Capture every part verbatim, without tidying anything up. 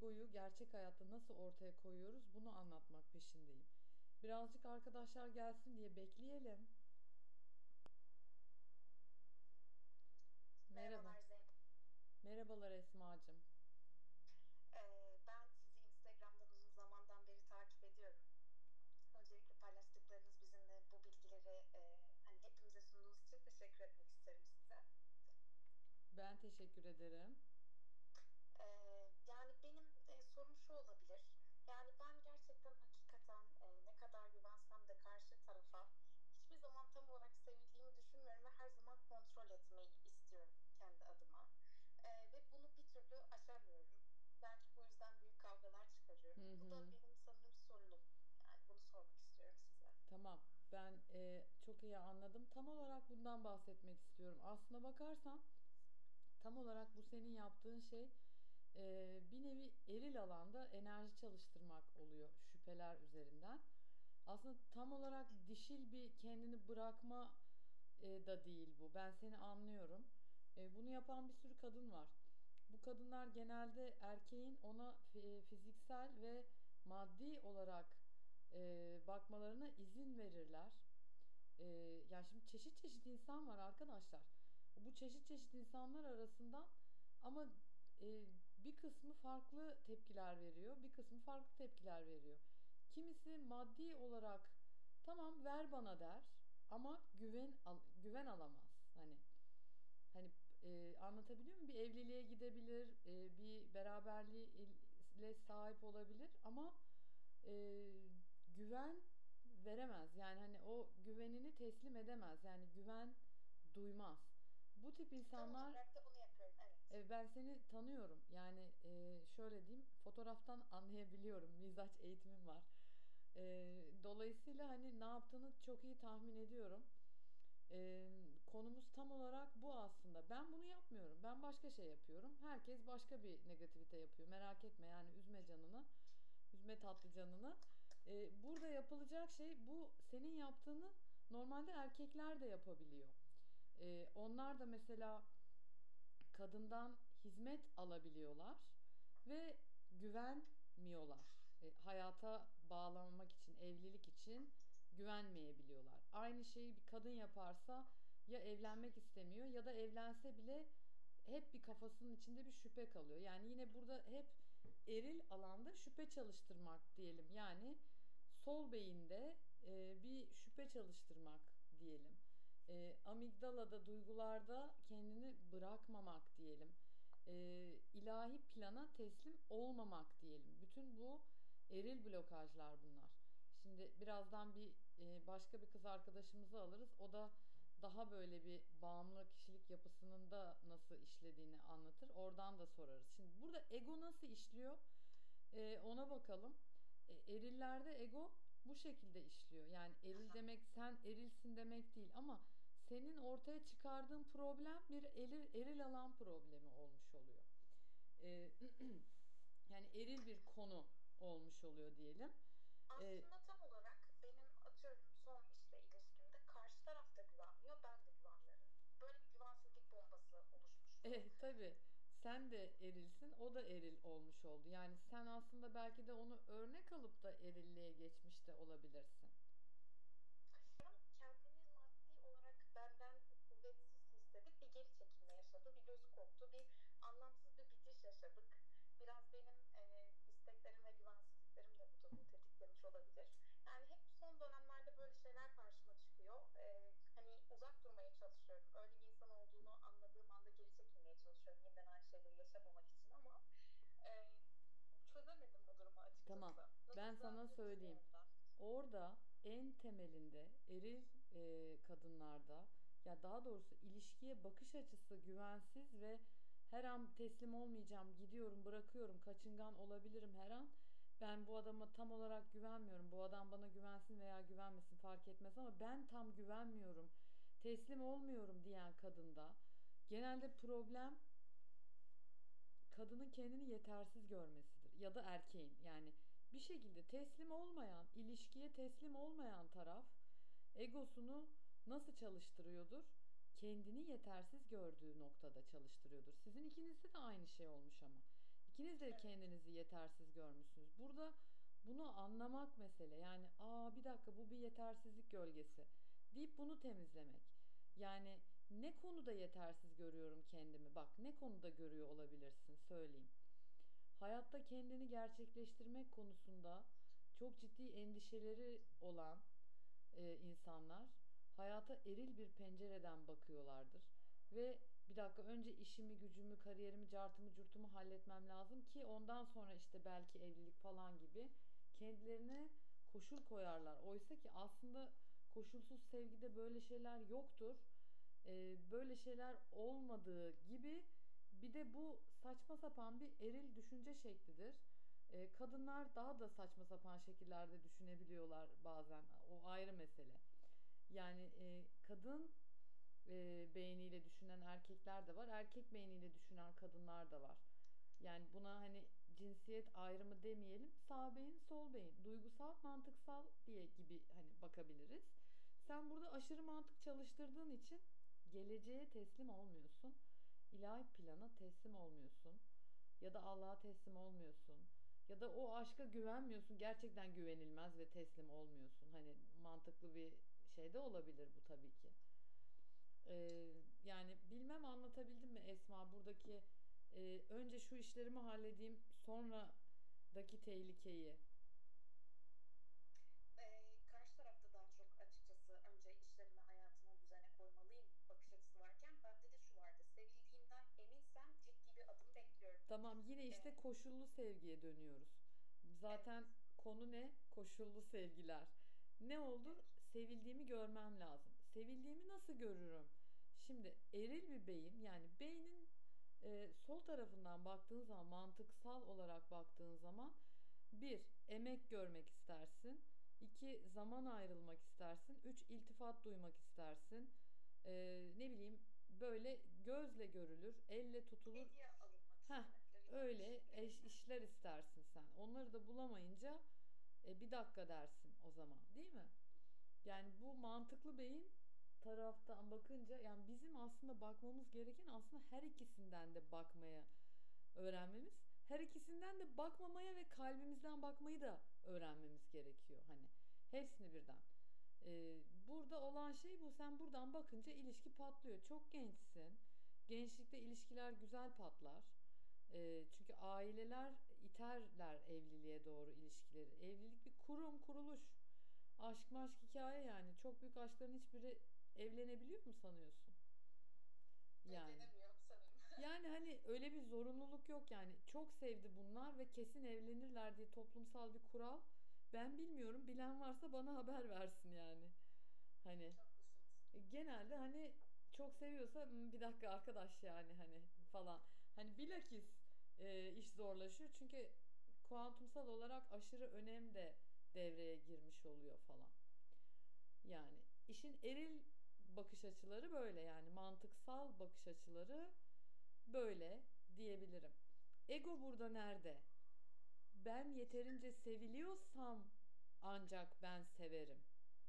egoyu gerçek hayatta nasıl ortaya koyuyoruz bunu anlatmak peşindeyim. Birazcık arkadaşlar gelsin diye bekleyelim. Merhaba. Merhabalar Zeynep. Merhabalar Esma'cığım. Ee, ben sizi Instagram'dan uzun zamandan beri takip ediyorum. Öncelikle paylaştıklarınız bizimle bu bilgileri e, hani hepimize sunduğunuz için teşekkür etmek isterim size. Ben teşekkür ederim. Ee, yani benim e, sorum şu olabilir. Yani ben gerçekten hakikaten e, ne kadar güvensem de karşı tarafa hiçbir zaman tam olarak sevildiğimi düşünmüyorum ve her zaman kontrol etmeyi istiyorum kendi adıma. Ee, ve bunu bir türlü aşamıyorum. Belki bu yüzden büyük kavgalar çıkarıyorum. Hı Bu da hı. benim sanırım sorunum. Yani bunu sormak istiyorum size. Tamam. Ben e, çok iyi anladım. Tam olarak bundan bahsetmek istiyorum. Aslına bakarsan tam olarak bu senin yaptığın şey e, bir nevi eril alanda enerji çalıştırmak oluyor şüpheler üzerinden. Aslında tam olarak dişil bir kendini bırakma e, da değil bu. Ben seni anlıyorum. E, bunu yapan bir sürü kadın var. Bu kadınlar genelde erkeğin ona fi- fiziksel ve maddi olarak e, bakmalarına izin verirler. E, Yani şimdi çeşit çeşit insan var arkadaşlar. Bu çeşit çeşit insanlar arasından ama e, bir kısmı farklı tepkiler veriyor, bir kısmı farklı tepkiler veriyor. Kimisi maddi olarak tamam ver bana der ama güven al- güven alamaz. Hani hani e, anlatabiliyor muyum? Bir evliliğe gidebilir, e, bir beraberliğe sahip olabilir ama e, güven veremez. Yani hani o güvenini teslim edemez. Yani güven duymaz. Bu tip Tam insanlar olarak da bunu yapıyorum, evet. e, ben seni tanıyorum. Yani e, şöyle diyeyim, fotoğraftan anlayabiliyorum. Mizaç eğitimim var. E, Dolayısıyla hani ne yaptığını çok iyi tahmin ediyorum. E, Konumuz tam olarak bu aslında. Ben bunu yapmıyorum. Ben başka şey yapıyorum. Herkes başka bir negativite yapıyor. Merak etme yani üzme canını. Üzme tatlı canını. E, burada yapılacak şey bu senin yaptığını normalde erkekler de yapabiliyor. E, onlar da mesela kadından hizmet alabiliyorlar ve güvenmiyorlar. E, hayata bağlanmak için, evlilik için güvenmeyebiliyorlar. Aynı şeyi bir kadın yaparsa ya evlenmek istemiyor ya da evlense bile hep bir kafasının içinde bir şüphe kalıyor. Yani yine burada hep eril alanda şüphe çalıştırmak diyelim. Yani sol beyinde e, bir şüphe çalıştırmak diyelim. E, amigdalada duygularda kendini bırakmamak diyelim. E, ilahi plana teslim olmamak diyelim. Bütün bu eril blokajlar bunlar. Şimdi birazdan bir e, başka bir kız arkadaşımızı alırız. O da daha böyle bir bağımlı kişilik yapısının da nasıl işlediğini anlatır. Oradan da sorarız. Şimdi burada ego nasıl işliyor? E, ona bakalım. E, erillerde ego bu şekilde işliyor. Yani eril Aha. demek sen erilsin demek değil ama senin ortaya çıkardığın problem bir eril, eril alan problemi olmuş oluyor. E, Yani eril bir konu olmuş oluyor diyelim. E, Aslında tam olarak benim atıyorum son işte ilişkimde karşı taraf da güvenmiyor, ben de güvenmiyorum. Böyle bir güvensizlik bombası oluşmuştu. E, tabii sen de erilsin, o da eril olmuş oldu. Yani sen aslında belki de onu örnek alıp da erilliğe geçmiş de olabilirsin. Kendini maddi olarak benden kuvvetsiz hissedip bir geri çekilme yaşadı, bir gözü korktu, bir anlamsız bir bitiş yaşadık. Biraz benim e, isteklerim ve güvensizliklerim de bu durumu tetiklemiş olabilir. Yani hep son dönemlerde böyle şeyler karşıma çıkıyor. E, hani uzak durmaya çalışıyorum. Öyle bir insan olduğunu anladığım anda geri çekilmeye çalışıyorum. Yeniden aynı şeyleri yaşamamak için ama e, çözemedim bu durumu Tamam. açıkçası. Nasıl Ben sana düzeltelim söyleyeyim. bilmiyorum da. Orada en temelinde eril e, kadınlarda ya daha doğrusu ilişkiye bakış açısı güvensiz ve her an teslim olmayacağım, gidiyorum, bırakıyorum, kaçıngan olabilirim her an. Ben bu adama tam olarak güvenmiyorum. Bu adam bana güvensin veya güvenmesin fark etmez ama ben tam güvenmiyorum. Teslim olmuyorum diyen kadında genelde problem kadının kendini yetersiz görmesidir ya da erkeğin yani bir şekilde teslim olmayan, ilişkiye teslim olmayan taraf egosunu nasıl çalıştırıyordur? Kendini yetersiz gördüğü noktada çalıştırıyordur. Sizin ikinizde de aynı şey olmuş ama. İkiniz de Evet. kendinizi yetersiz görmüşsünüz. Burada bunu anlamak mesele. Yani aa bir dakika bu bir yetersizlik gölgesi deyip bunu temizlemek. Yani ne konuda yetersiz görüyorum kendimi? Bak ne konuda görüyor olabilirsin söyleyeyim. Hayatta kendini gerçekleştirmek konusunda çok ciddi endişeleri olan e, insanlar hayata eril bir pencereden bakıyorlardır. Ve bir dakika önce işimi, gücümü, kariyerimi, cartımı, curtumu halletmem lazım ki ondan sonra işte belki evlilik falan gibi kendilerine koşul koyarlar. Oysa ki aslında koşulsuz sevgide böyle şeyler yoktur. E, böyle şeyler olmadığı gibi bir de bu saçma sapan bir eril düşünce şeklidir. E, kadınlar daha da saçma sapan şekillerde düşünebiliyorlar bazen. O ayrı mesele. Yani e, kadın e, beyniyle düşünen erkekler de var. Erkek beyniyle düşünen kadınlar da var. Yani buna hani cinsiyet ayrımı demeyelim. Sağ beyin, sol beyin. Duygusal, mantıksal diye gibi hani bakabiliriz. Sen burada aşırı mantık çalıştırdığın için geleceğe teslim olmuyorsun. İlahi plana teslim olmuyorsun. Ya da Allah'a teslim olmuyorsun. Ya da o aşka güvenmiyorsun. Gerçekten güvenilmez ve teslim olmuyorsun. Hani mantıklı bir şey de olabilir bu tabii ki. Ee, yani bilmem anlatabildim mi Esma buradaki e, önce şu işlerimi halledeyim sonradaki tehlikeyi. Ee, karşı tarafta daha çok açıkçası önce işlerimi hayatımı düzene koymalıyım bakış açısı varken bende de şu vardı. Sevildiğimden eminsem ciddi bir adım bekliyorum. Tamam yine işte Ee, koşullu sevgiye dönüyoruz. evet, Zaten konu ne? Koşullu sevgiler. Ne olur? evet, Sevildiğimi görmem lazım. Sevildiğimi nasıl görürüm? Şimdi eril bir beyin yani beynin e, sol tarafından baktığın zaman mantıksal olarak baktığın zaman bir emek görmek istersin. İki zaman ayrılmak istersin. Üç iltifat duymak istersin. E, ne bileyim böyle gözle görülür, elle tutulur. hediye alınmak Heh, istemekleri öyle gibi. eş, işler istersin sen. Onları da bulamayınca e, bir dakika dersin o zaman, değil mi? Evet, Yani bu mantıklı beyin taraftan bakınca yani bizim aslında bakmamız gereken aslında her ikisinden de bakmaya öğrenmemiz. Her ikisinden de bakmamaya ve kalbimizden bakmayı da öğrenmemiz gerekiyor. Hani hepsini birden. Ee, burada olan şey bu. Sen buradan bakınca ilişki patlıyor. Çok gençsin. Gençlikte ilişkiler güzel patlar. Ee, çünkü aileler iterler evliliğe doğru ilişkileri. Evlilik bir kurum, kuruluş. Aşk maşk hikaye yani. Çok büyük aşkların hiçbiri evlenebiliyor mu sanıyorsun? Yani. evlenemiyor sanırım. Yani hani öyle bir zorunluluk yok yani. Çok sevdi bunlar ve kesin evlenirler diye toplumsal bir kural. Ben bilmiyorum. Bilen varsa bana haber versin yani. Hani Haklısınız. e, genelde hani çok seviyorsa "Hmm, bir dakika arkadaş yani hani falan. Hani bilakis e, iş zorlaşıyor. Çünkü kuantumsal olarak aşırı önem de devreye girmiş oluyor falan. Yani işin eril bakış açıları böyle yani mantıksal bakış açıları böyle diyebilirim. Ego burada nerede? Ben yeterince seviliyorsam ancak ben severim.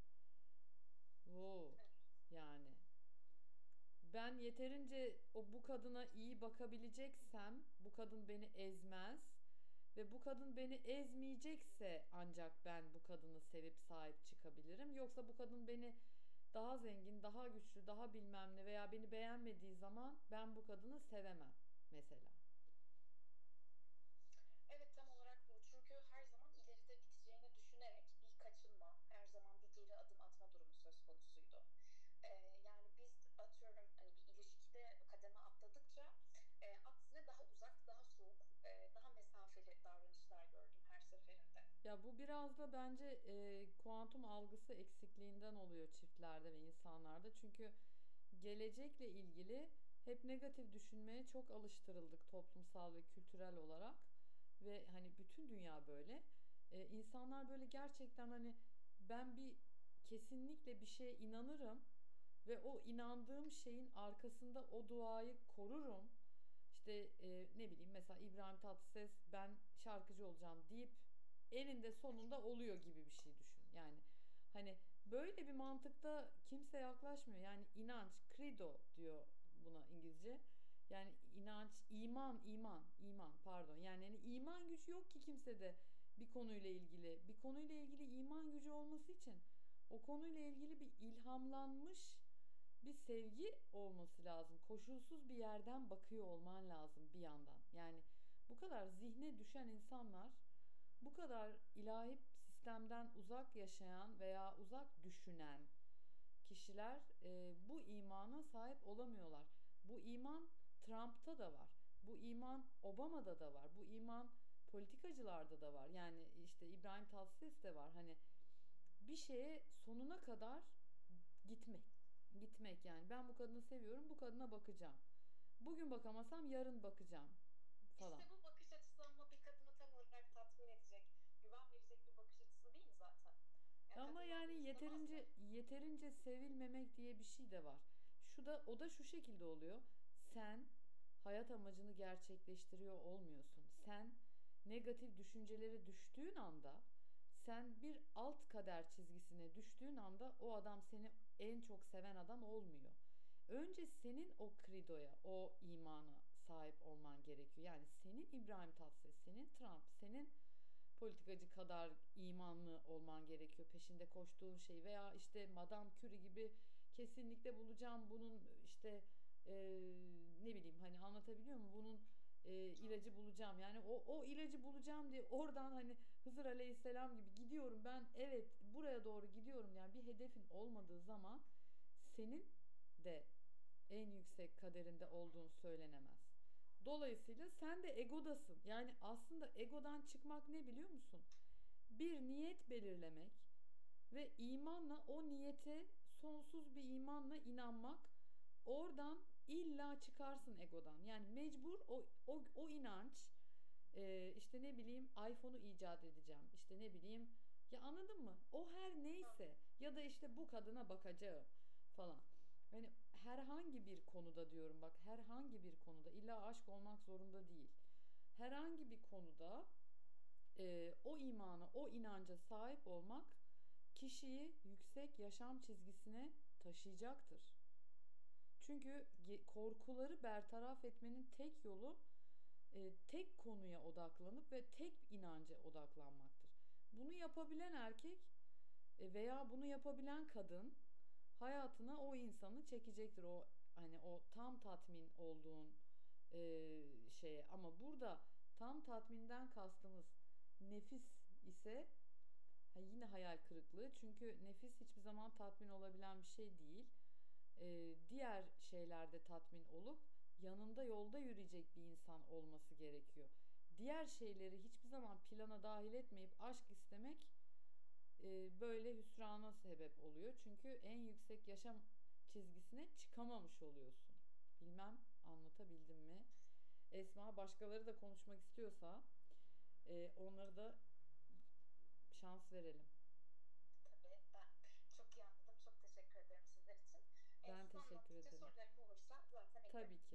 Oo, Evet. yani ben yeterince o bu kadına iyi bakabileceksem bu kadın beni ezmez ve bu kadın beni ezmeyecekse ancak ben bu kadını sevip sahip çıkabilirim. Yoksa bu kadın beni daha zengin, daha güçlü, daha bilmem ne veya beni beğenmediği zaman ben bu kadını sevemem mesela. Evet, tam olarak bu. Çünkü her zaman ileride biteceğini düşünerek bir kaçınma, her zaman bir geri adım atma durumu söz konusuydu. Ee, yani biz atıyorum hani bir ilişkide kademe atladıkça e, aksine daha uzak, daha soğuk, e, daha mesafeli davranışlar gördüm her seferinde. Ya bu biraz da bence e, kuantum algısı eksikliğinden oluyor çiftlerde ve insanlarda. Çünkü gelecekle ilgili hep negatif düşünmeye çok alıştırıldık toplumsal ve kültürel olarak. Ve hani bütün dünya böyle. E, insanlar böyle gerçekten hani ben bir kesinlikle bir şeye inanırım ve o inandığım şeyin arkasında o duayı korurum. İşte e, ne bileyim mesela İbrahim Tatlıses ben şarkıcı olacağım deyip eninde sonunda oluyor gibi bir şey düşün. Yani hani böyle bir mantıkta kimse yaklaşmıyor. Yani inanç, credo diyor buna İngilizce. Yani inanç, iman, iman, iman pardon. Yani, yani iman gücü yok ki kimsede bir konuyla ilgili. Bir konuyla ilgili iman gücü olması için o konuyla ilgili bir ilhamlanmış bir sevgi olması lazım. Koşulsuz bir yerden bakıyor olman lazım bir yandan. Yani bu kadar zihne düşen insanlar, bu kadar ilahi sistemden uzak yaşayan veya uzak düşünen kişiler e, bu imana sahip olamıyorlar. Bu iman Trump'ta da var. Bu iman Obama'da da var. Bu iman politikacılarda da var. Yani işte İbrahim Tatlıses de var. Hani bir şeye sonuna kadar gitmek. Gitmek yani. Ben bu kadını seviyorum. Bu kadına bakacağım. Bugün bakamasam yarın bakacağım falan. İşte bu bakış açısı ama bir kadını tam olarak tatmin edecek, güven verecek bir bakış açısı değil zaten. Ya Ama kadınlar yani bunu istemez mi? yeterince yeterince sevilmemek diye bir şey de var. Şu da o da şu şekilde oluyor. Sen hayat amacını gerçekleştiriyor olmuyorsun. Sen negatif düşüncelere düştüğün anda, sen bir alt kader çizgisine düştüğün anda o adam seni en çok seven adam olmuyor. Önce senin o kridoya, o imana sahip olman gerekiyor. Yani senin İbrahim Tatlıses, senin Trump, senin politikacı kadar imanlı olman gerekiyor. Peşinde koştuğun şey veya işte Madame Curie gibi kesinlikle bulacağım bunun işte e, ne bileyim hani anlatabiliyor muyum? Bunun e, ilacı bulacağım. Yani o o ilacı bulacağım diye oradan hani Hızır Aleyhisselam gibi gidiyorum ben, evet buraya doğru gidiyorum, yani bir hedefin olmadığı zaman senin de en yüksek kaderinde olduğun söylenemez. Dolayısıyla sen de egodasın. Yani aslında egodan çıkmak ne biliyor musun? Bir niyet belirlemek ve imanla o niyete sonsuz bir imanla inanmak. Oradan illa çıkarsın egodan. Yani mecbur o o, o inanç e, işte ne bileyim iPhone'u icat edeceğim. İşte ne bileyim ya, anladın mı? O her neyse ya da işte bu kadına bakacağım falan. Yani herhangi bir konuda diyorum bak, herhangi bir konuda, illa aşk olmak zorunda değil. Herhangi bir konuda e, o imana, o inanca sahip olmak kişiyi yüksek yaşam çizgisine taşıyacaktır. Çünkü korkuları bertaraf etmenin tek yolu e, tek konuya odaklanıp ve tek inanca odaklanmaktır. Bunu yapabilen erkek e, veya bunu yapabilen kadın hayatına o insanı çekecektir. O hani o tam tatmin olduğun e, şeye. Ama burada tam tatminden kastımız nefis ise ha, yine hayal kırıklığı. Çünkü nefis hiçbir zaman tatmin olabilen bir şey değil. E, diğer şeylerde tatmin olup yanında yolda yürüyecek bir insan olması gerekiyor. Diğer şeyleri hiçbir zaman plana dahil etmeyip aşk istemek e, böyle hüsrana sebep oluyor. Çünkü en yüksek yaşam çizgisine çıkamamış oluyorsun. Bilmem anlatabildim mi? Esma, başkaları da konuşmak istiyorsa e, onları da şans verelim. Tabii ben çok iyi anladım. Çok teşekkür ederim sizler için. E, Ben siz teşekkür anlattıkça ederim. sorularım olursa zaten eklerim. Tabii ki.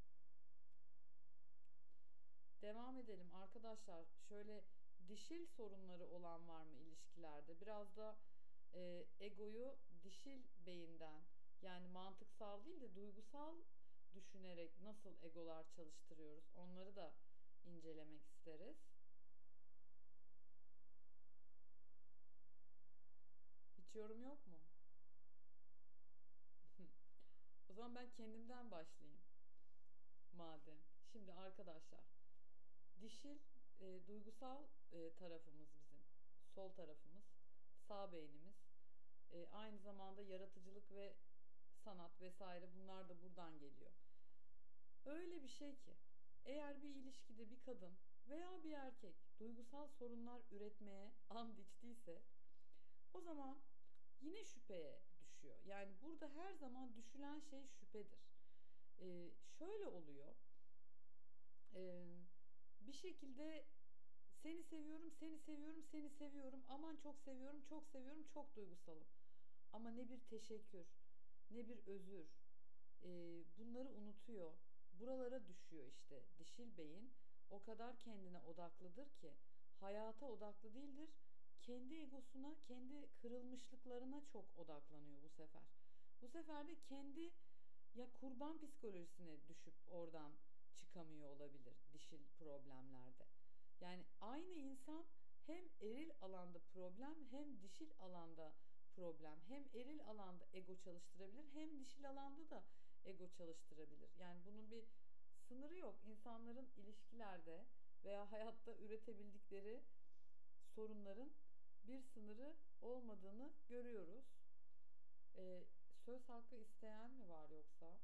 Devam edelim arkadaşlar. Şöyle, dişil sorunları olan var mı ilişkilerde? Biraz da e, egoyu dişil beyinden, yani mantıksal değil de duygusal düşünerek nasıl egolar çalıştırıyoruz? Onları da incelemek isteriz. Hiç yorum yok mu? O zaman ben kendimden başlayayım madem. Şimdi arkadaşlar, dişil e, duygusal e, tarafımız bizim. Sol tarafımız, sağ beynimiz. E, aynı zamanda yaratıcılık ve sanat vesaire, bunlar da buradan geliyor. Öyle bir şey ki eğer bir ilişkide bir kadın veya bir erkek duygusal sorunlar üretmeye and içtiyse, o zaman yine şüpheye düşüyor. Yani burada her zaman düşülen şey şüphedir. Ee, şöyle oluyor. Ee, Bir şekilde seni seviyorum, seni seviyorum, seni seviyorum. Aman çok seviyorum, çok seviyorum, çok duygusalım. Ama ne bir teşekkür, ne bir özür. Ee, bunları unutuyor. Buralara düşüyor işte dişil beyin. O kadar kendine odaklıdır ki hayata odaklı değildir. Kendi egosuna, kendi kırılmışlıklarına çok odaklanıyor bu sefer. Bu sefer de kendi ya kurban psikolojisine düşüp oradan çıkamıyor olabilir dişil problemlerde. Yani aynı insan hem eril alanda problem hem dişil alanda problem. Hem eril alanda ego çalıştırabilir hem dişil alanda da ego çalıştırabilir. Yani bunun bir sınırı yok. İnsanların ilişkilerde veya hayatta üretebildikleri sorunların bir sınırı olmadığını görüyoruz. Ee, söz hakkı isteyen mi var yoksa?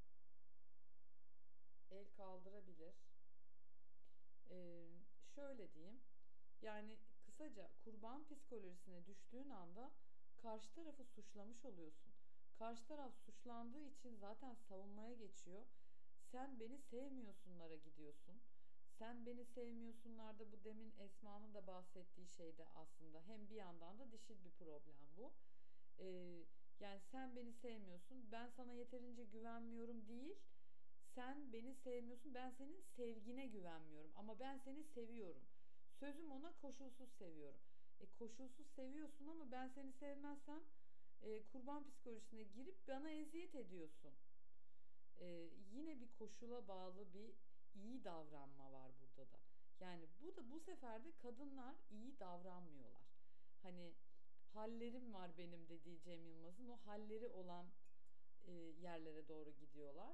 El kaldırabilir. Ee, şöyle diyeyim. Yani kısaca kurban psikolojisine düştüğün anda karşı tarafı suçlamış oluyorsun. Karşı taraf suçlandığı için zaten savunmaya geçiyor. Sen beni sevmiyorsunlara gidiyorsun. Sen beni sevmiyorsunlarda bu demin Esma'nın da bahsettiği şeyde aslında hem bir yandan da dişil bir problem bu. Ee, yani sen beni sevmiyorsun, ben sana yeterince güvenmiyorum değil. Sen beni sevmiyorsun, ben senin sevgine güvenmiyorum ama ben seni seviyorum. Sözüm ona koşulsuz seviyorum. E koşulsuz seviyorsun ama ben seni sevmezsem e, kurban psikolojisine girip bana eziyet ediyorsun. E, yine bir koşula bağlı bir iyi davranma var burada da. Yani bu da bu sefer de kadınlar iyi davranmıyorlar. Hani hallerim var benim dediği Cem Yılmaz'ın o halleri olan e, yerlere doğru gidiyorlar.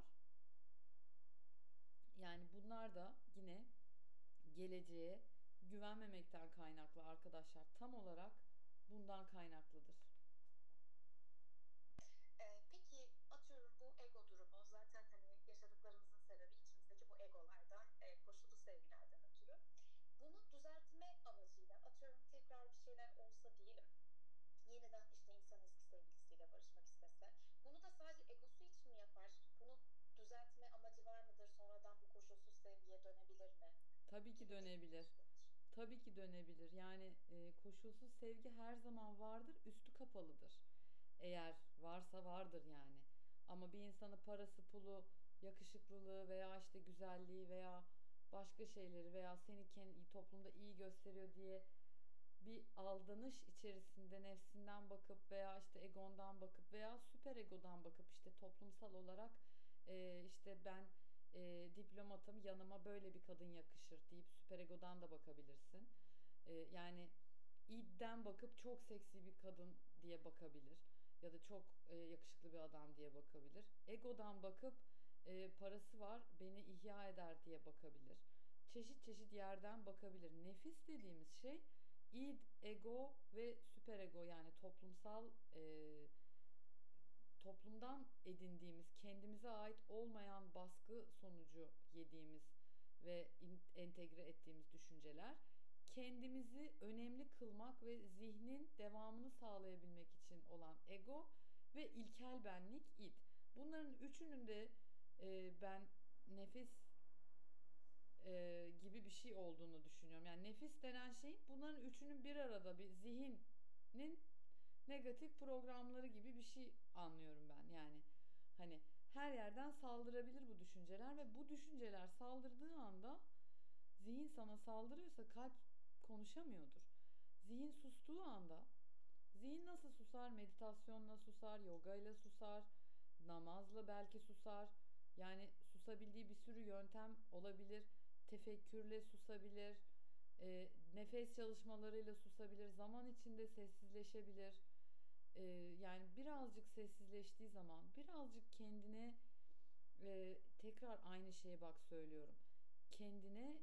Yani bunlar da yine geleceğe güvenmemekten kaynaklı arkadaşlar. Tam olarak bundan kaynaklıdır. Ee, peki atıyorum bu ego durumu zaten hani yaşadıklarımızın sebebi içimizdeki bu egolardan, e, koşullu sevgilerden ötürü. Bunu düzeltme amacıyla atıyorum tekrar bir şeyler olsa diyelim. Yeniden işte insan eski sevgilisiyle barışmak istese. Bunu da sadece egosu için mi yapar? Bunu düzeltme amacı var mıdır? Sonradan bu koşulsuz sevgiye dönebilir mi? Tabii ki Gibi dönebilir. düşünmüştür. Tabii ki dönebilir. Yani e, koşulsuz sevgi her zaman vardır, üstü kapalıdır. Eğer varsa vardır yani. Ama bir insanı parası, pulu, yakışıklılığı veya işte güzelliği veya başka şeyleri veya seni kendi toplumda iyi gösteriyor diye bir aldanış içerisinde nefsinden bakıp veya işte egondan bakıp veya süper egodan bakıp işte toplumsal olarak e, işte ben e, diplomatım yanıma böyle bir kadın yakışır deyip süper egodan da bakabilirsin. E, yani idden bakıp çok seksi bir kadın diye bakabilir ya da çok e, yakışıklı bir adam diye bakabilir. Egodan bakıp e, parası var beni ihya eder diye bakabilir. Çeşit çeşit yerden bakabilir. Nefis dediğimiz şey id, ego ve süperego yani toplumsal e, toplumdan edindiğimiz kendimize ait olmayan baskı sonucu yediğimiz ve entegre ettiğimiz düşünceler kendimizi önemli kılmak ve zihnin devamını sağlayabilmek için olan ego ve ilkel benlik id. Bunların üçünün de e, ben nefis e, gibi bir şey olduğunu düşünüyorum. Yani nefis denen şey bunların üçünün bir arada bir zihnin negatif programları gibi bir şey anlıyorum ben. Yani hani her yerden saldırabilir bu düşünceler ve bu düşünceler saldırdığı anda zihin sana saldırıyorsa kalp konuşamıyordur. Zihin sustuğu anda zihin nasıl susar? Meditasyonla susar, yoga ile susar, namazla belki susar. Yani susabildiği bir sürü yöntem olabilir. Tefekkürle susabilir, e, nefes çalışmalarıyla susabilir, zaman içinde sessizleşebilir. E, yani birazcık sessizleştiği zaman, birazcık kendine e, tekrar aynı şeye bak söylüyorum. Kendine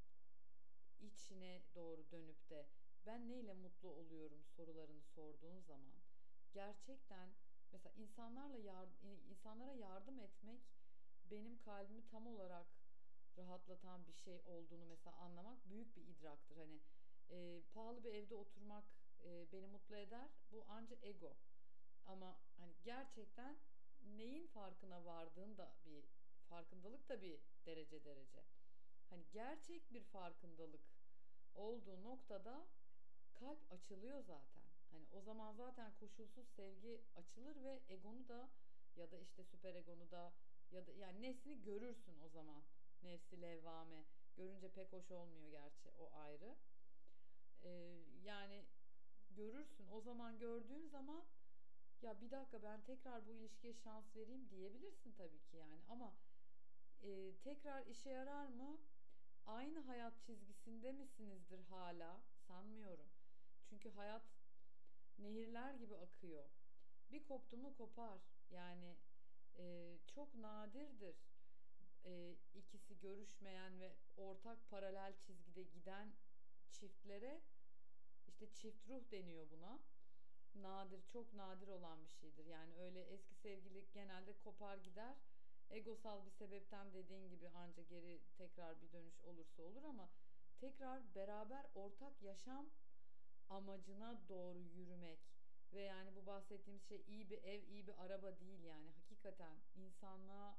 içine doğru dönüp de ben neyle mutlu oluyorum sorularını sorduğun zaman gerçekten mesela insanlarla yar- insanlara yardım etmek benim kalbimi tam olarak rahatlatan bir şey olduğunu mesela anlamak büyük bir idraktır. Hani e, pahalı bir evde oturmak e, beni mutlu eder. Bu anca ego. Ama hani gerçekten neyin farkına vardığın da bir farkındalık da bir derece derece. Hani gerçek bir farkındalık olduğu noktada kalp açılıyor zaten. Hani o zaman zaten koşulsuz sevgi açılır ve egonu da ya da işte süper egonu da ya da yani nefsini görürsün o zaman. Nefsi levvame. Görünce pek hoş olmuyor gerçi o ayrı. Ee, yani görürsün o zaman gördüğün zaman ya bir dakika ben tekrar bu ilişkiye şans vereyim diyebilirsin tabii ki yani, ama e, tekrar işe yarar mı? Aynı hayat çizgisinde misinizdir hala? Sanmıyorum. Çünkü hayat nehirler gibi akıyor. Bir koptu mu kopar. Yani e, çok nadirdir e, ikisi görüşmeyen ve ortak paralel çizgide giden çiftlere işte çift ruh deniyor buna. Nadir, çok nadir olan bir şeydir. Yani öyle eski sevgili genelde kopar gider. Egosal bir sebepten dediğin gibi anca geri tekrar bir dönüş olursa olur, ama tekrar beraber ortak yaşam amacına doğru yürümek ve yani bu bahsettiğimiz şey iyi bir ev, iyi bir araba değil yani, hakikaten insanlığa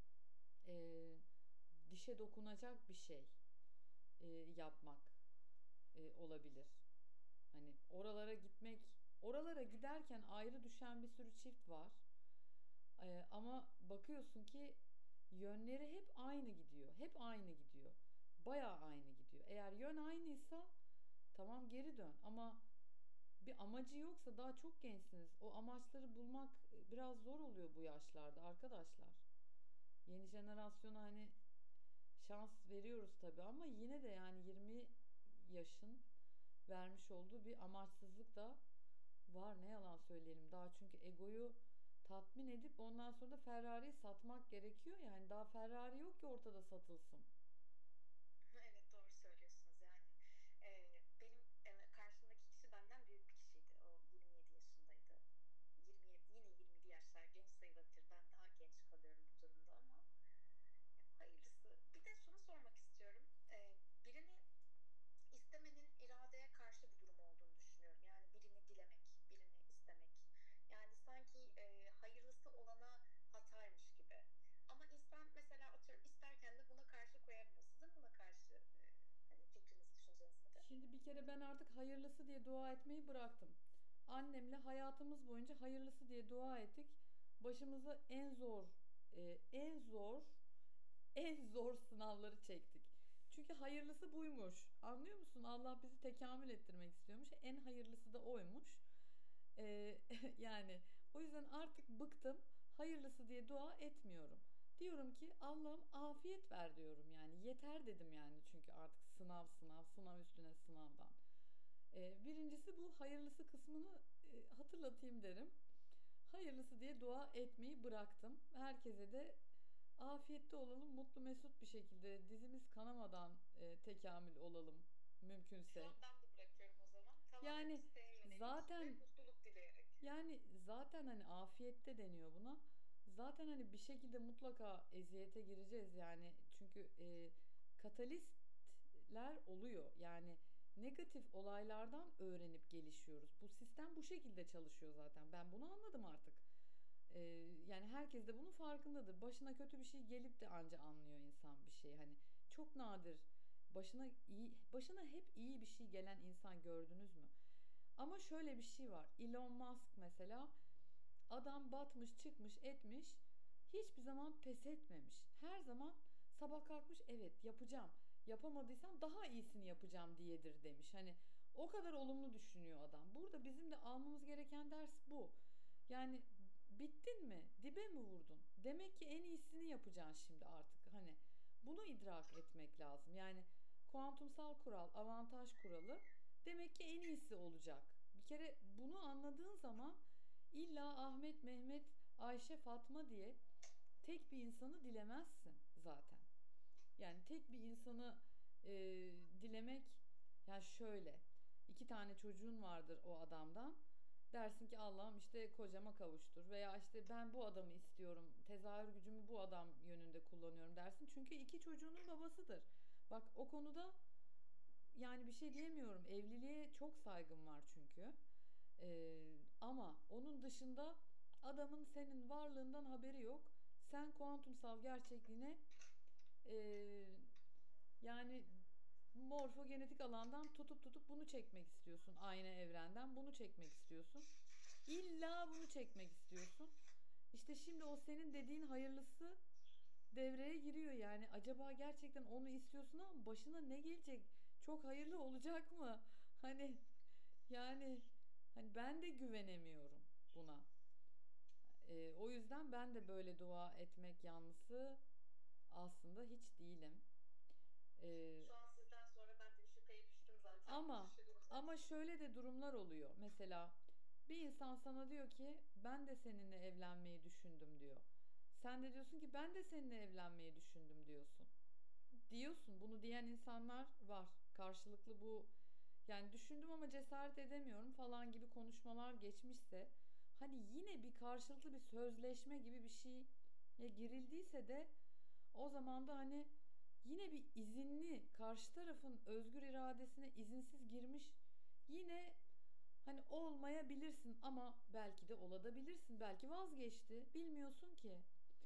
e, dişe dokunacak bir şey e, yapmak e, olabilir. Hani oralara gitmek, oralara giderken ayrı düşen bir sürü çift var. Ee, ama bakıyorsun ki yönleri hep aynı gidiyor. Hep aynı gidiyor. Bayağı aynı gidiyor. Eğer yön aynıysa tamam, geri dön. Ama bir amacı yoksa, daha çok gençsiniz. O amaçları bulmak e, biraz zor oluyor bu yaşlarda arkadaşlar. Yeni jenerasyona hani şans veriyoruz tabii, ama yine de yani yirmi yaşın vermiş olduğu bir amaçsızlık da var, ne yalan söyleyelim. Daha çünkü egoyu tatmin edip ondan sonra da Ferrari'yi satmak gerekiyor. Yani daha Ferrari yok ki ortada satılsın. Evet, doğru söylüyorsunuz yani. Ee, benim e, karşımdaki kişi benden büyük bir kişiydi. O yirmi yedi yaşındaydı. yirmi yedi, yine yirmili yaşlar genç sayılabilir. Ben daha genç kalıyorum bu durumda ama hayırlısı. Bir de şunu sormak istiyorum. Ee, birini istemenin iradeye karşı bir durum olduğunu düşünüyorum. Yani birini dilemek, birini istemek. Yani sanki e, hayırlısı olana hataymış gibi. Ama insan mesela atıyorum isterken de buna karşı koyamıyor. Sizin buna karşı e, hani fikriniz, düşünceniz nedir? Şimdi bir kere ben artık hayırlısı diye dua etmeyi bıraktım. Annemle hayatımız boyunca hayırlısı diye dua ettik. Başımıza en zor, e, en zor, en zor sınavları çektik. Çünkü hayırlısı buymuş. Anlıyor musun? Allah bizi tekamül ettirmek istiyormuş. En hayırlısı da oymuş. Ee, yani o yüzden artık bıktım. Hayırlısı diye dua etmiyorum. Diyorum ki Allah'ım afiyet ver diyorum yani. Yeter dedim yani, çünkü artık sınav sınav sınav üstüne sınavdan. Ee, birincisi bu hayırlısı kısmını e, hatırlatayım derim. Hayırlısı diye dua etmeyi bıraktım. Herkese de afiyette olalım, mutlu mesut bir şekilde dizimiz kanamadan e, tekamül olalım Şu mümkünse. an ben de bırakıyorum o zaman. Tamamen Yani isteğe yönelik ve zaten mutluluk dileyerek. Yani zaten hani afiyette deniyor buna. Zaten hani bir şekilde mutlaka eziyete gireceğiz yani. Çünkü e, katalistler oluyor. Yani negatif olaylardan öğrenip gelişiyoruz. Bu sistem bu şekilde çalışıyor zaten. Ben bunu anladım artık. E, Yani herkes de bunun farkındadır. Başına kötü bir şey gelip de anca anlıyor insan bir şey. Hani çok nadir başına iyi, başına hep iyi bir şey gelen insan gördünüz mü? Ama şöyle bir şey var. Elon Musk mesela, adam batmış, çıkmış, etmiş. Hiçbir zaman pes etmemiş. Her zaman sabah kalkmış, evet yapacağım. Yapamadıysam daha iyisini yapacağım diyedir demiş. Hani o kadar olumlu düşünüyor adam. Burada bizim de almamız gereken ders bu. Yani bittin mi? Dibe mi vurdun? Demek ki en iyisini yapacaksın şimdi artık. Hani bunu idrak etmek lazım. Yani kuantumsal kural, avantaj kuralı, demek ki en iyisi olacak. Bir kere bunu anladığın zaman illa Ahmet, Mehmet, Ayşe, Fatma diye tek bir insanı dilemezsin zaten. Yani tek bir insanı e, dilemek, yani şöyle, iki tane çocuğun vardır o adamdan. Dersin ki Allah'ım işte kocama kavuştur, veya işte ben bu adamı istiyorum, tezahür gücümü bu adam yönünde kullanıyorum dersin. Çünkü iki çocuğunun babasıdır. Bak o konuda yani bir şey diyemiyorum. Evliliğe çok saygım var çünkü. Ee, ama onun dışında adamın senin varlığından haberi yok. Sen kuantumsal gerçekliğine ee, yani morfogenetik alandan tutup tutup bunu çekmek istiyorsun. Aynı evrenden bunu çekmek istiyorsun. İlla bunu çekmek istiyorsun. İşte şimdi o senin dediğin hayırlısı devreye giriyor yani. Acaba gerçekten onu istiyorsun ama başına ne gelecek? Çok hayırlı olacak mı? Hani yani hani ben de güvenemiyorum buna. E, o yüzden ben de böyle dua etmek yanlısı aslında hiç değilim. E, Şu an sizden sonra ben de bir şüpheye düştüm zaten ama düşününce. ama şöyle de durumlar oluyor. Mesela bir insan sana diyor ki ben de seninle evlenmeyi düşündüm diyor. Sen de diyorsun ki ben de seninle evlenmeyi düşündüm diyorsun. Diyorsun, bunu diyen insanlar var. Karşılıklı bu, yani düşündüm ama cesaret edemiyorum falan gibi konuşmalar geçmişse, hani yine bir karşılıklı bir sözleşme gibi bir şeye girildiyse de o zaman da hani yine bir izinli, karşı tarafın özgür iradesine izinsiz girmiş, yine hani olmayabilirsin ama belki de olabilirsin, belki vazgeçti, bilmiyorsun ki.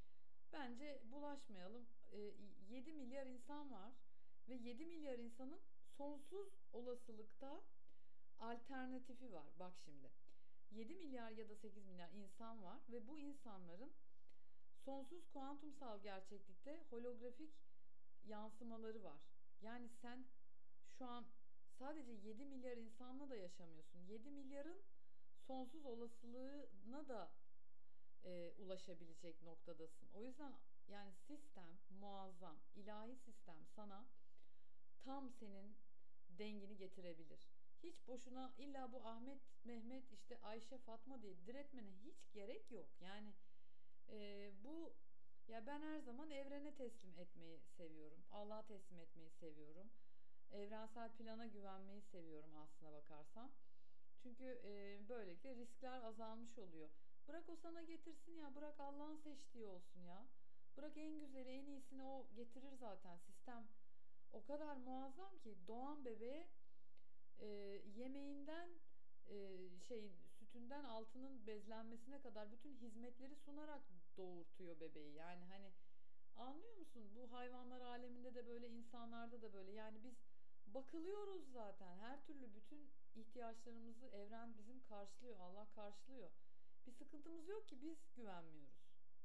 Bence bulaşmayalım. E, yedi milyar insan var ve yedi milyar insanın sonsuz olasılıkta alternatifi var. Bak şimdi. yedi milyar ya da sekiz milyar insan var ve bu insanların sonsuz kuantumsal gerçeklikte holografik yansımaları var. Yani sen şu an sadece yedi milyar insanla da yaşamıyorsun. yedi milyarın sonsuz olasılığına da e, ulaşabilecek noktadasın. O yüzden yani sistem muazzam. İlahi sistem sana tam senin dengini getirebilir. Hiç boşuna illa bu Ahmet, Mehmet, işte Ayşe, Fatma diye diretmene hiç gerek yok. Yani e, bu, ya ben her zaman evrene teslim etmeyi seviyorum. Allah'a teslim etmeyi seviyorum. Evrensel plana güvenmeyi seviyorum aslına bakarsan. Çünkü e, böylelikle riskler azalmış oluyor. Bırak o sana getirsin ya. Bırak Allah'ın seçtiği olsun ya. Bırak en güzeli, en iyisini o getirir zaten. Sistem o kadar muazzam ki doğan bebeğe e, yemeğinden e, şey sütünden altının bezlenmesine kadar bütün hizmetleri sunarak doğurtuyor bebeği. Yani hani anlıyor musun? Bu hayvanlar aleminde de böyle, insanlarda da böyle. Yani biz bakılıyoruz zaten. Her türlü bütün ihtiyaçlarımızı evren bizim karşılıyor. Allah karşılıyor. Bir sıkıntımız yok ki biz güvenmiyoruz.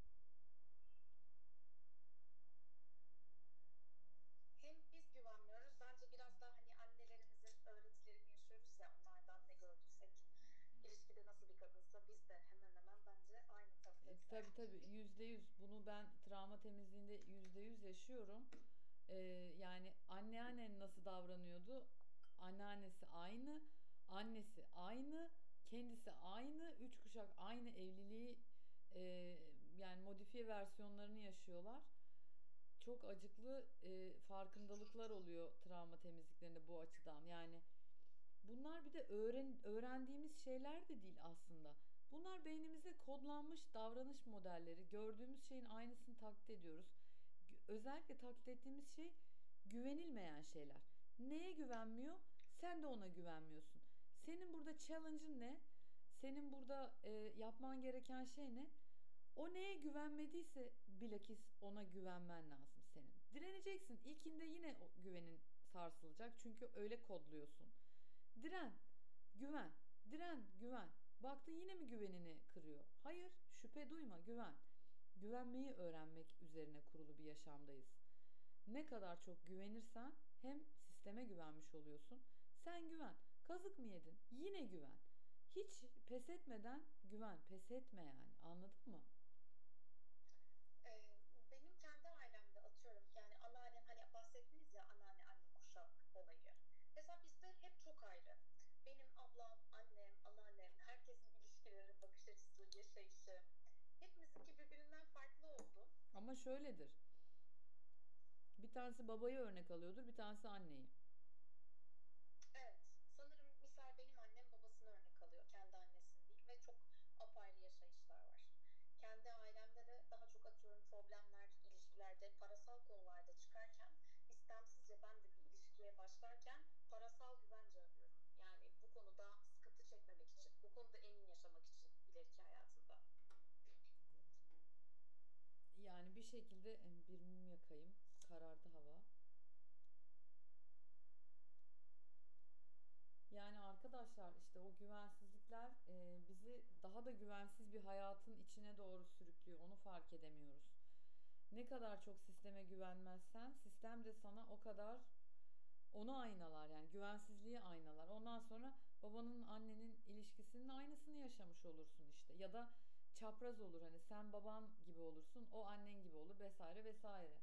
Hem biz güvenmiyoruz. Bence biraz daha hani annelerimizin öğretilerini yaşıyoruz ya, onlardan ne gördüysek. İlişkide nasıl bir kadınsa biz de hemen hemen bence aynı E, taklitler. tabii tabii, yüzde yüz bunu ben travma temizliğinde yüzde yüz yaşıyorum. E, Yani anneannen nasıl davranıyordu? Anneannesi aynı, annesi aynı, kendisi aynı, üç kuşak aynı evliliği e, yani modifiye versiyonlarını yaşıyorlar. Çok acıklı e, farkındalıklar oluyor travma temizliklerinde bu açıdan. Yani bunlar bir de öğren, öğrendiğimiz şeyler de değil aslında. Bunlar beynimize kodlanmış davranış modelleri. Gördüğümüz şeyin aynısını taklit ediyoruz. Özellikle taklit ettiğimiz şey güvenilmeyen şeyler. Neye güvenmiyor? Sen de ona güvenmiyorsun. Senin burada challenge'ın ne? Senin burada e, yapman gereken şey ne? O neye güvenmediyse bilakis ona güvenmen lazım senin. Direneceksin. İlkinde yine o güvenin sarsılacak. Çünkü öyle kodluyorsun. Diren, güven, diren, güven. Baktın yine mi güvenini kırıyor? Hayır, şüphe duyma, güven. Güvenmeyi öğrenmek üzerine kurulu bir yaşamdayız. Ne kadar çok güvenirsen hem sisteme güvenmiş oluyorsun. Sen güven. Kazık mı yedin? Yine güven. Hiç pes etmeden güven. Pes etme yani. Anladın mı? Ee, Benim kendi ailemde atıyorum, yani anneannem, hani bahsettiniz ya anneanne anne kuşak olayı. Mesela bizde hep çok ayrı. Benim ablam, annem, anneannem, herkesin ilişkileri, bakış açısı, yaşayışı. Hepimizinki birbirinden farklı oldu. Ama şöyledir. Bir tanesi babayı örnek alıyordur, bir tanesi anneyi. Evet, sanırım misal benim annem babasını örnek alıyor, kendi annesini değil, ve çok apayrı yaşayışlar var. Kendi ailemde de daha çok atıyorum problemler ilişkilerde, parasal konularda çıkarken istemsizce ben de bir ilişkiye başlarken parasal güvence arıyorum. Yani bu konuda sıkıntı çekmemek için, bu konuda emin yaşamak için ileriki hayatımda. Yani bir şekilde e, bir mum yakayım. Karardı hava. Yani arkadaşlar, işte o güvensizlikler e, bizi daha da güvensiz bir hayatın içine doğru sürüklüyor. Onu fark edemiyoruz. Ne kadar çok sisteme güvenmezsen sistem de sana o kadar onu aynalar, yani güvensizliği aynalar. Ondan sonra babanın annenin ilişkisinin aynısını yaşamış olursun işte. Ya da çapraz olur, hani sen baban gibi olursun, o annen gibi olur vesaire vesaire.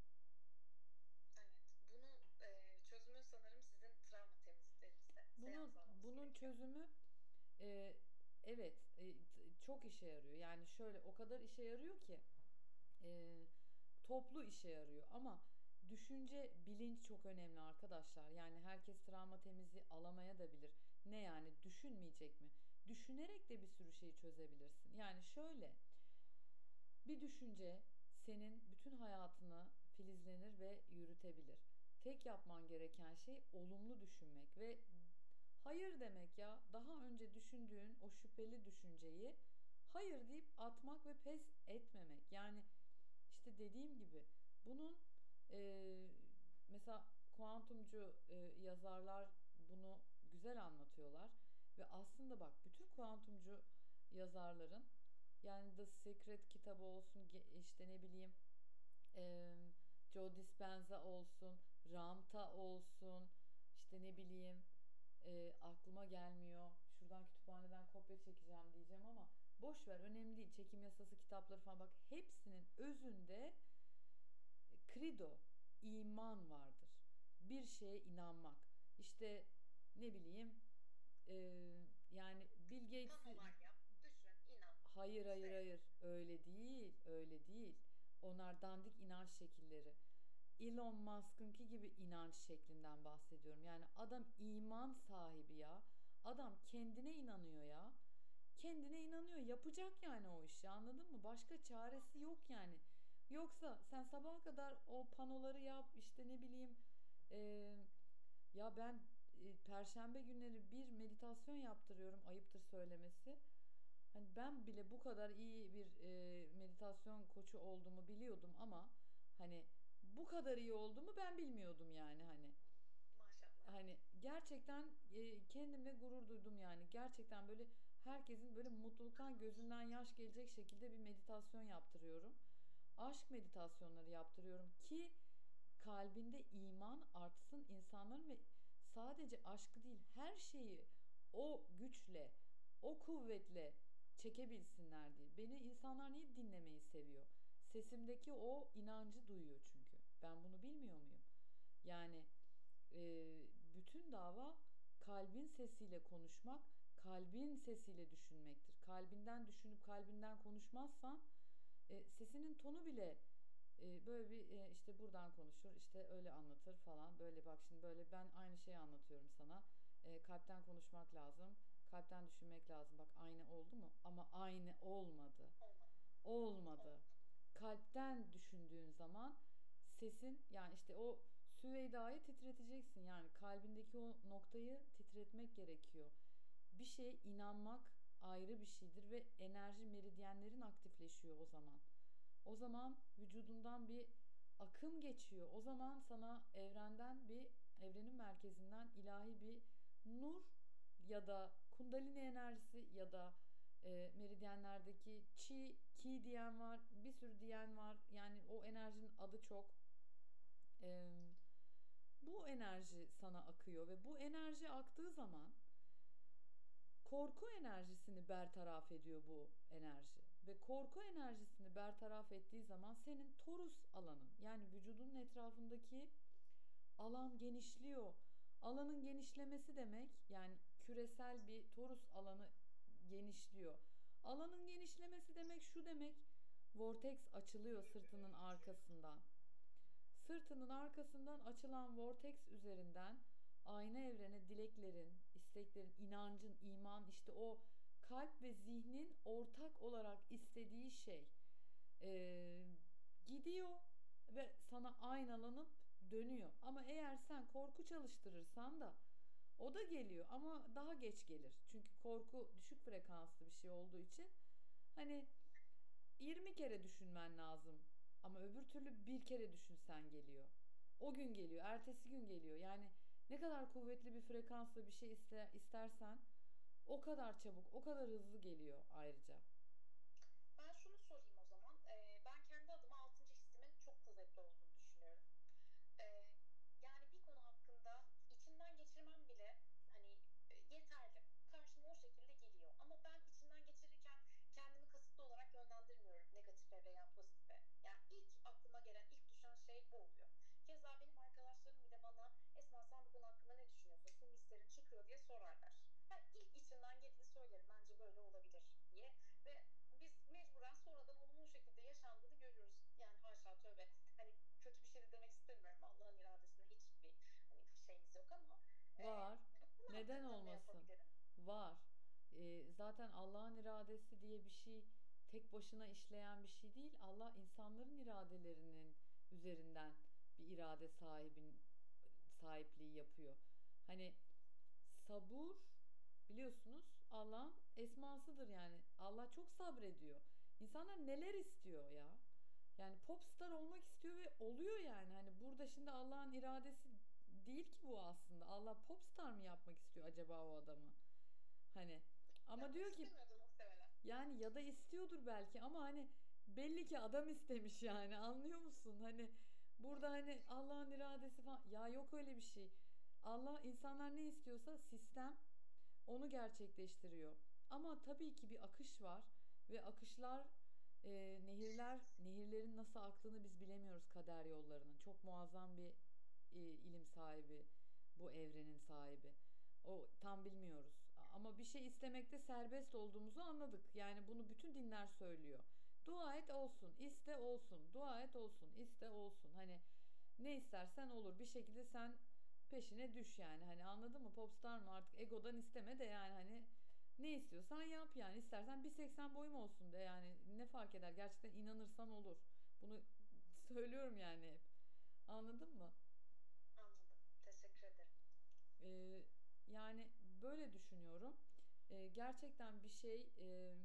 Evet. Bunu e, çözümü sanırım sizin travma temizliklerinizde, Bunun seans almamız bunun gerekiyor. çözümü e, evet, e, çok işe yarıyor. Yani şöyle, o kadar işe yarıyor ki e, toplu işe yarıyor, ama düşünce, bilinç çok önemli arkadaşlar. Yani herkes travma temizliği alamaya da bilir. Ne yani, düşünmeyecek mi? Düşünerek de bir sürü şeyi çözebilirsin. Yani şöyle, bir düşünce senin bütün hayatını filizlenir ve yürütebilir. Tek yapman gereken şey olumlu düşünmek ve hayır demek ya. Daha önce düşündüğün o şüpheli düşünceyi hayır deyip atmak ve pes etmemek. Yani işte dediğim gibi, bunun e, mesela kuantumcu e, yazarlar bunu güzel anlatıyorlar ve aslında bak, bütün kuantumcu yazarların, yani The Secret kitabı olsun, işte ne bileyim, e, Joe Dispenza olsun, Ramta olsun, işte ne bileyim, e, aklıma gelmiyor. Şuradan kütüphaneden kopya çekeceğim diyeceğim ama boş ver, önemli değil. Çekim yasası kitapları falan, bak hepsinin özünde credo, iman vardır. Bir şeye inanmak. İşte ne bileyim, e, yani Bill Gates'i, Panolar yap, düşün, inan, hayır hayır sev. hayır, öyle değil, öyle değil. Onlar dandik inanç şekilleri. Elon Musk'ınki gibi inanç şeklinden bahsediyorum. Yani adam iman sahibi ya. Adam kendine inanıyor ya. Kendine inanıyor. Yapacak yani o işi. Anladın mı? Başka çaresi yok yani. Yoksa sen sabaha kadar o panoları yap, işte ne bileyim, eee, ya ben e, Perşembe günleri bir meditasyon yaptırıyorum, ayıptır söylemesi. Hani ben bile bu kadar iyi bir e, meditasyon koçu olduğumu biliyordum, ama hani bu kadar iyi olduğumu ben bilmiyordum yani, hani Maşallah. hani gerçekten e, kendimle gurur duydum yani. Gerçekten böyle herkesin böyle mutluluktan gözünden yaş gelecek şekilde bir meditasyon yaptırıyorum. Aşk meditasyonları yaptırıyorum ki kalbinde iman artsın insanların ve sadece aşkı değil, her şeyi o güçle, o kuvvetle çekebilsinler diye. Beni insanlar niye dinlemeyi seviyor? Sesimdeki o inancı duyuyor çünkü. Ben bunu bilmiyor muyum? Yani e, bütün dava kalbin sesiyle konuşmak, kalbin sesiyle düşünmektir. Kalbinden düşünüp kalbinden konuşmazsan e, sesinin tonu bile e, böyle bir e, işte buradan konuşur, işte öyle anlatır falan. Böyle bak, şimdi böyle ben aynı şeyi anlatıyorum sana. E, kalpten konuşmak lazım. Kalpten düşünmek lazım. Bak, aynı oldu mu? Ama aynı olmadı. Olmadı. Olmadı. Olmadı. Kalpten düşündüğün zaman sesin, yani işte o Süveyda'yı titreteceksin. Yani kalbindeki o noktayı titretmek gerekiyor. Bir şeye inanmak ayrı bir şeydir ve enerji meridyenlerin aktifleşiyor o zaman. O zaman vücudundan bir akım geçiyor. O zaman sana evrenden bir, evrenin merkezinden ilahi bir nur ya da kundalini enerjisi ya da e, meridyenlerdeki chi, ki diyen var, bir sürü diyen var. Yani o enerjinin adı çok. E, Bu enerji sana akıyor ve bu enerji aktığı zaman korku enerjisini bertaraf ediyor bu enerji. Ve korku enerjisini bertaraf ettiği zaman senin torus alanın, yani vücudunun etrafındaki alan genişliyor. Alanın genişlemesi demek, yani küresel bir torus alanı genişliyor. Alanın genişlemesi demek şu demek: vortex açılıyor sırtının arkasından. Sırtının arkasından açılan vortex üzerinden ayna evrene dileklerin, isteklerin, inancın, iman, işte o kalp ve zihnin ortak olarak istediği şey ee, gidiyor ve sana aynalanıp dönüyor. Ama eğer sen korku çalıştırırsan da o da geliyor, ama daha geç gelir. Çünkü korku düşük frekanslı bir şey olduğu için hani yirmi kere düşünmen lazım. Ama öbür türlü bir kere düşünsen geliyor. O gün geliyor, ertesi gün geliyor. Yani ne kadar kuvvetli bir frekansla bir şey iste, istersen o kadar çabuk, o kadar hızlı geliyor ayrıca. Ben şunu sorayım o zaman. Ee, ben kendi adıma altıncı hissimin çok kuvvetli olduğunu düşünüyorum. Ee, Yani bir konu hakkında içimden geçirmem bile hani e, yeterli. Karşıma o şekilde geliyor. Ama ben içimden geçirirken kendimi kasıtlı şey bu oluyor. Keza benim arkadaşlarım bile bana Esma sen bu konu hakkında ne düşünüyorsun? Senin hislerin çıkıyor diye sorarlar. Ben ilk içimden geleni söylerim. Bence böyle olabilir diye. Ve biz mecburen sonradan onun o şekilde yaşandığını görüyoruz. Yani haşa tövbe. Hani kötü bir şey de demek istemiyorum. Allah'ın iradesine hiçbir hani şeyimiz yok ama e, Var. bunun Neden hakkında ne olmasın? yapabilirim? Var. Ee, zaten Allah'ın iradesi diye bir şey tek başına işleyen bir şey değil. Allah insanların iradelerinin üzerinden bir irade sahibin sahipliği yapıyor. Hani sabur biliyorsunuz Allah'ın esmasıdır yani. Allah çok sabrediyor. İnsanlar neler istiyor ya? Yani popstar olmak istiyor ve oluyor yani. Hani burada şimdi Allah'ın iradesi değil ki bu aslında. Allah popstar mı yapmak istiyor acaba o adamı? Hani ama Yapmak diyor ki istemiyordur muhtemelen. yani ya da istiyordur belki ama hani belli ki adam istemiş yani anlıyor musun? Hani burada hani Allah'ın iradesi falan ya yok öyle bir şey. Allah insanlar ne istiyorsa sistem onu gerçekleştiriyor. Ama tabii ki bir akış var ve akışlar e, nehirler nehirlerin nasıl aktığını biz bilemiyoruz kader yollarının. Çok muazzam bir e, ilim sahibi bu evrenin sahibi. O tam bilmiyoruz. Ama bir şey istemekte serbest olduğumuzu anladık. Yani bunu bütün dinler söylüyor. Dua et olsun, iste olsun, dua et olsun, iste olsun. Hani ne istersen olur. Bir şekilde sen peşine düş yani. Hani anladın mı? Popstar mı artık egodan isteme de yani hani ne istiyorsan yap yani. İstersen bir seksen boyum olsun de yani ne fark eder? Gerçekten inanırsan olur. Bunu söylüyorum yani hep. Anladın mı? Anladım. Teşekkür ederim. Ee, yani böyle düşünüyorum. Ee, gerçekten bir şey e,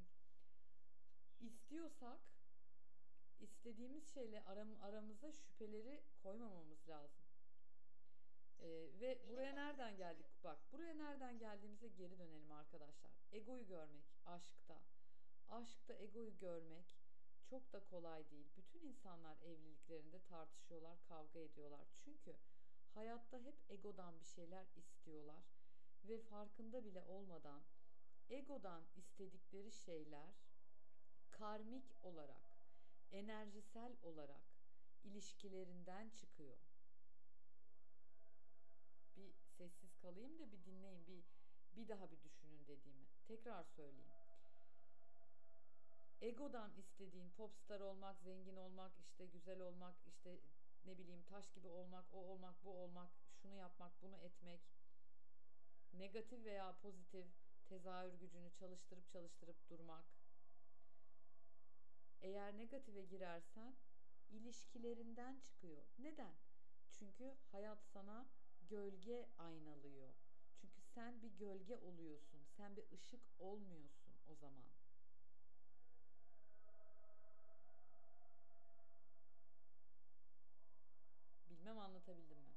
istiyorsak istediğimiz şeyle aram, aramıza şüpheleri koymamamız lazım. Ee, ve Benim buraya nereden geldik? bahsettiğim Bak, buraya nereden geldiğimize geri dönelim arkadaşlar. Egoyu görmek aşkta. Aşkta egoyu görmek çok da kolay değil. Bütün insanlar evliliklerinde tartışıyorlar, kavga ediyorlar. Çünkü hayatta hep egodan bir şeyler istiyorlar ve farkında bile olmadan egodan istedikleri şeyler karmik olarak, enerjisel olarak ilişkilerinden çıkıyor. Bir sessiz kalayım da bir dinleyin, bir bir daha bir düşünün dediğimi. Tekrar söyleyeyim. Egodan istediğin popstar olmak, zengin olmak, işte güzel olmak, işte ne bileyim taş gibi olmak, o olmak, bu olmak, şunu yapmak, bunu etmek, negatif veya pozitif tezahür gücünü çalıştırıp çalıştırıp durmak. Eğer negatife girersen ilişkilerinden çıkıyor. Neden? Çünkü hayat sana gölge aynalıyor. Çünkü sen bir gölge oluyorsun. Sen bir ışık olmuyorsun o zaman. Bilmem anlatabildim mi?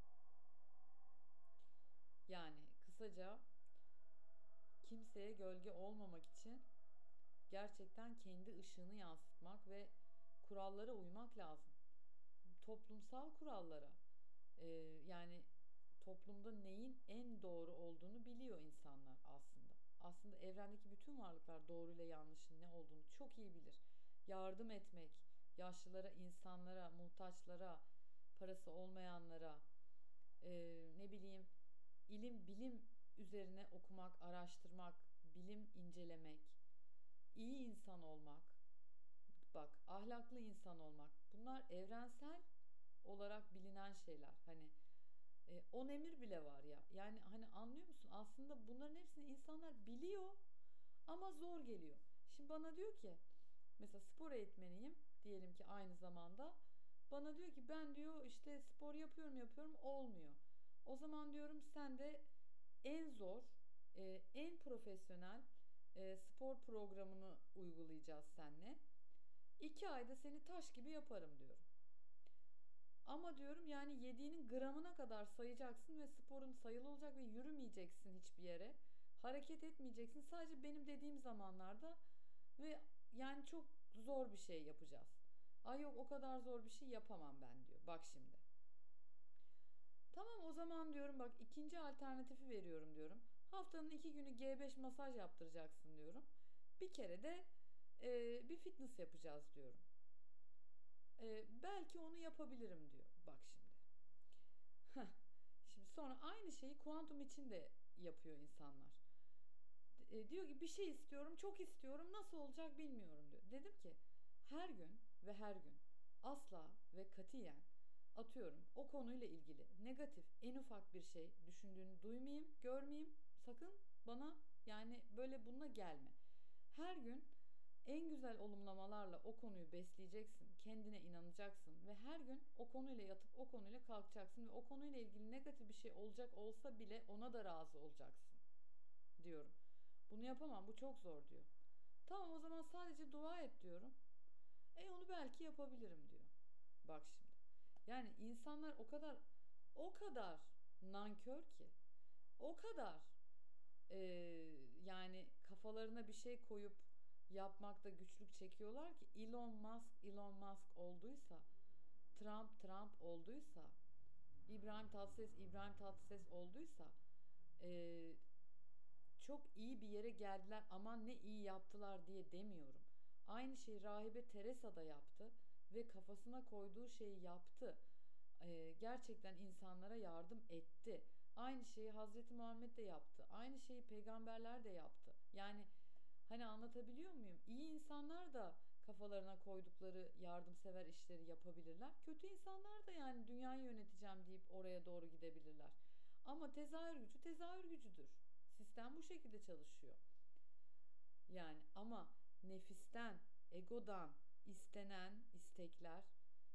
Yani kısaca kimseye gölge olmamak için gerçekten kendi ışığını yansıtmak ve kurallara uymak lazım. Toplumsal kurallara. Ee, yani toplumda neyin en doğru olduğunu biliyor insanlar aslında. Aslında evrendeki bütün varlıklar doğruyla yanlışın ne olduğunu çok iyi bilir. Yardım etmek, yaşlılara, insanlara, muhtaçlara, parası olmayanlara, e, ne bileyim ilim, bilim üzerine okumak, araştırmak, bilim incelemek, iyi insan olmak, bak ahlaklı insan olmak. Bunlar evrensel olarak bilinen şeyler. Hani e, on emir bile var ya. Yani hani anlıyor musun? Aslında bunların hepsini insanlar biliyor ama zor geliyor. Şimdi bana diyor ki mesela spor eğitmeniyim diyelim ki aynı zamanda. Bana diyor ki ben diyor işte spor yapıyorum yapıyorum olmuyor. O zaman diyorum sen de en zor, e, en profesyonel e, spor programını uygulayacağız seninle. İki ayda seni taş gibi yaparım diyorum. Ama diyorum yani yediğinin gramına kadar sayacaksın ve sporun sayılı olacak ve yürümeyeceksin hiçbir yere. Hareket etmeyeceksin sadece benim dediğim zamanlarda ve yani çok zor bir şey yapacağız. Ay yok o kadar zor bir şey yapamam ben diyor. Bak şimdi. Tamam o zaman diyorum bak ikinci alternatifi veriyorum diyorum. Haftanın iki günü G beş masaj yaptıracaksın diyorum. Bir kere de e, bir fitness yapacağız diyorum. E, belki onu yapabilirim diyor. Bak şimdi. Heh. Şimdi sonra aynı şeyi kuantum için de yapıyor insanlar. E, diyor ki bir şey istiyorum, çok istiyorum, nasıl olacak bilmiyorum diyor. Dedim ki her gün ve her gün asla ve katiyen atıyorum o konuyla ilgili negatif en ufak bir şey düşündüğünü duymayayım, görmeyeyim. Sakın bana yani böyle bununla gelme. Her gün en güzel olumlamalarla o konuyu besleyeceksin, kendine inanacaksın ve her gün o konuyla yatıp o konuyla kalkacaksın ve o konuyla ilgili negatif bir şey olacak olsa bile ona da razı olacaksın diyorum. Bunu yapamam, bu çok zor diyor. Tamam, o zaman sadece dua et diyorum. E onu belki yapabilirim diyor. Bak şimdi. Yani insanlar o kadar o kadar nankör ki, o kadar e, yani kafalarına bir şey koyup yapmakta güçlük çekiyorlar ki Elon Musk Elon Musk olduysa, Trump Trump olduysa, İbrahim Tatlıses İbrahim Tatlıses olduysa e, çok iyi bir yere geldiler, aman ne iyi yaptılar diye demiyorum. Aynı şeyi Rahibe Teresa da yaptı ve kafasına koyduğu şeyi yaptı. Ee, gerçekten insanlara yardım etti. Aynı şeyi Hazreti Muhammed de yaptı. Aynı şeyi peygamberler de yaptı. Yani hani anlatabiliyor muyum? İyi insanlar da kafalarına koydukları yardımsever işleri yapabilirler. Kötü insanlar da yani dünyayı yöneteceğim deyip oraya doğru gidebilirler. Ama tezahür gücü tezahür gücüdür. Sistem bu şekilde çalışıyor. Yani ama nefisten, egodan istenen istekler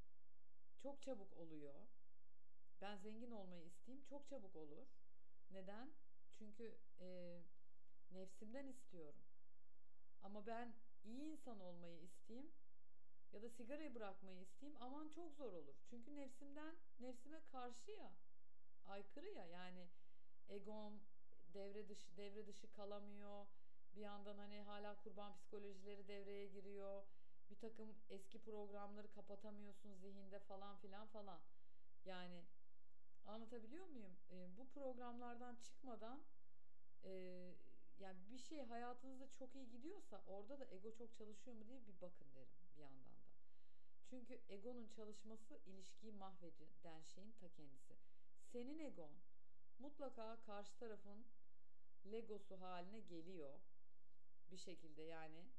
çok çabuk oluyor. Ben zengin olmayı isteyeyim, çok çabuk olur. Neden? Çünkü e, nefsimden istiyorum. Ama ben iyi insan olmayı isteyeyim ya da sigarayı bırakmayı isteyeyim, aman çok zor olur. Çünkü nefsimden, nefsime karşı ya, aykırı ya. Yani egom devre dışı devre dışı kalamıyor. Bir yandan hani hala kurban psikolojileri devreye giriyor. Bir takım eski programları kapatamıyorsun zihinde falan filan falan. Yani anlatabiliyor muyum? E, bu programlardan çıkmadan e, yani bir şey hayatınızda çok iyi gidiyorsa orada da ego çok çalışıyor mu diye bir bakın derim bir yandan da. Çünkü egonun çalışması ilişkiyi mahveden şeyin ta kendisi. Senin egon mutlaka karşı tarafın legosu haline geliyor bir şekilde, yani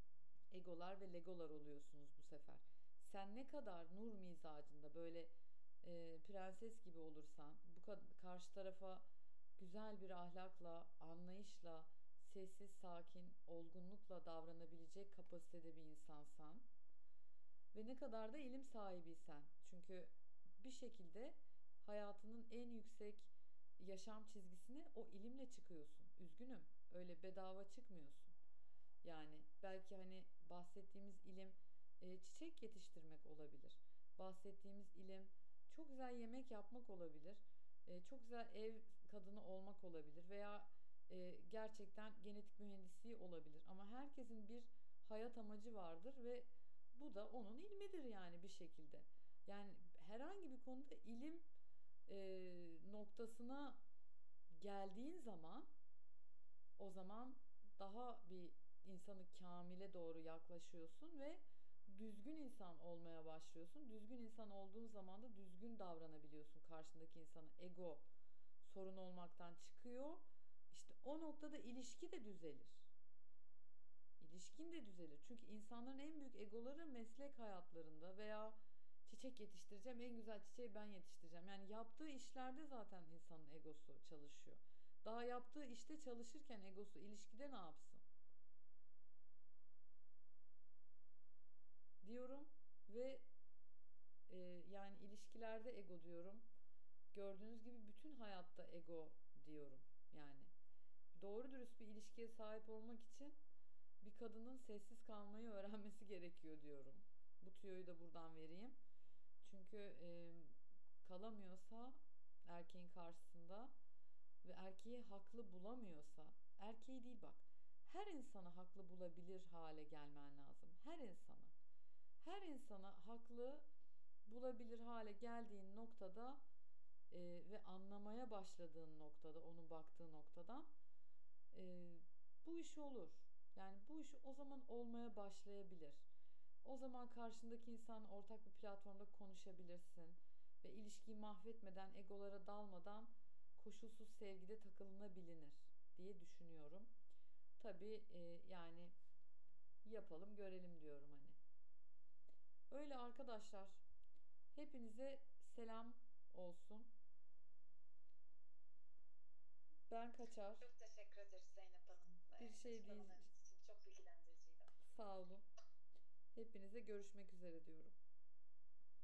egolar ve legolar oluyorsunuz bu sefer. Sen ne kadar nur mizacında böyle e, prenses gibi olursan, bu kad- karşı tarafa güzel bir ahlakla, anlayışla, sessiz, sakin, olgunlukla davranabilecek kapasitede bir insansan ve ne kadar da ilim sahibiysen. Çünkü bir şekilde hayatının en yüksek yaşam çizgisine o ilimle çıkıyorsun. Üzgünüm, öyle bedava çıkmıyorsun. Yani belki hani bahsettiğimiz ilim e, çiçek yetiştirmek olabilir. Bahsettiğimiz ilim çok güzel yemek yapmak olabilir. E, çok güzel ev kadını olmak olabilir veya e, gerçekten genetik mühendisliği olabilir. Ama herkesin bir hayat amacı vardır ve bu da onun ilmidir yani bir şekilde. Yani herhangi bir konuda ilim e, noktasına geldiğin zaman o zaman daha bir insanı kamile doğru yaklaşıyorsun ve düzgün insan olmaya başlıyorsun. Düzgün insan olduğun zaman da düzgün davranabiliyorsun karşındaki insana. Ego sorun olmaktan çıkıyor. İşte o noktada ilişki de düzelir. İlişkin de düzelir. Çünkü insanların en büyük egoları meslek hayatlarında veya çiçek yetiştireceğim, en güzel çiçeği ben yetiştireceğim. Yani yaptığı işlerde zaten insanın egosu çalışıyor. Daha yaptığı işte çalışırken egosu ilişkide ne yapsın? Diyorum ve e, yani ilişkilerde ego diyorum. Gördüğünüz gibi bütün hayatta ego diyorum. Yani doğru dürüst bir ilişkiye sahip olmak için bir kadının sessiz kalmayı öğrenmesi gerekiyor diyorum. Bu tüyoyu da buradan vereyim. Çünkü e, kalamıyorsa erkeğin karşısında ve erkeği haklı bulamıyorsa, erkeği değil bak, her insanı haklı bulabilir hale gelmen lazım. Her insana. Her insana haklı bulabilir hale geldiğin noktada e, ve anlamaya başladığın noktada, onun baktığı noktadan e, bu iş olur. Yani bu iş o zaman olmaya başlayabilir. O zaman karşındaki insan ortak bir platformda konuşabilirsin ve ilişkiyi mahvetmeden, egolara dalmadan koşulsuz sevgide takılınabilir diye düşünüyorum. Tabii e, yani yapalım görelim diyorum hani. Öyle arkadaşlar. Hepinize selam olsun. Ben kaçar. Çok teşekkür ederiz Zeynep Hanım. Bir şey değil. Açıklamalarınız için çok bilgilendiriciydi. Sağ olun. Hepinize görüşmek üzere diyorum.